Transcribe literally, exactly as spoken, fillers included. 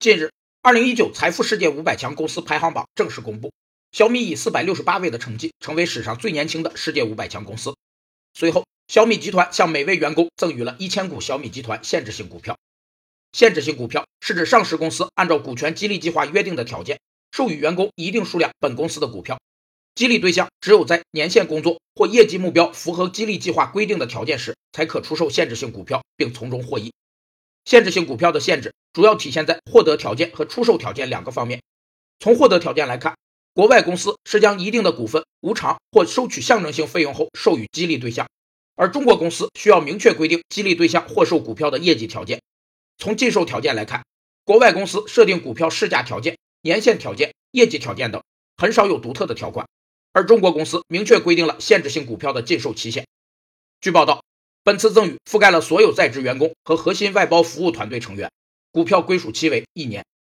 近日，二零一九财富世界五百强公司排行榜正式公布，小米以四百六十八位的成绩成为史上最年轻的世界五百强公司。随后，小米集团向每位员工赠予了一千股小米集团限制性股票。限制性股票是指上市公司按照股权激励计划约定的条件，授予员工一定数量本公司的股票，激励对象只有在年限工作或业绩目标符合激励计划规定的条件时，才可出售限制性股票并从中获益。限制性股票的限制主要体现在获得条件和出售条件两个方面。从获得条件来看，国外公司是将一定的股份无偿或收取象征性费用后授予激励对象，而中国公司需要明确规定激励对象获售股票的业绩条件。从禁售条件来看，国外公司设定股票市价条件、年限条件、业绩条件等，很少有独特的条款，而中国公司明确规定了限制性股票的禁售期限。据报道，本次赠与覆盖了所有在职员工和核心外包服务团队成员，股票归属期为一年。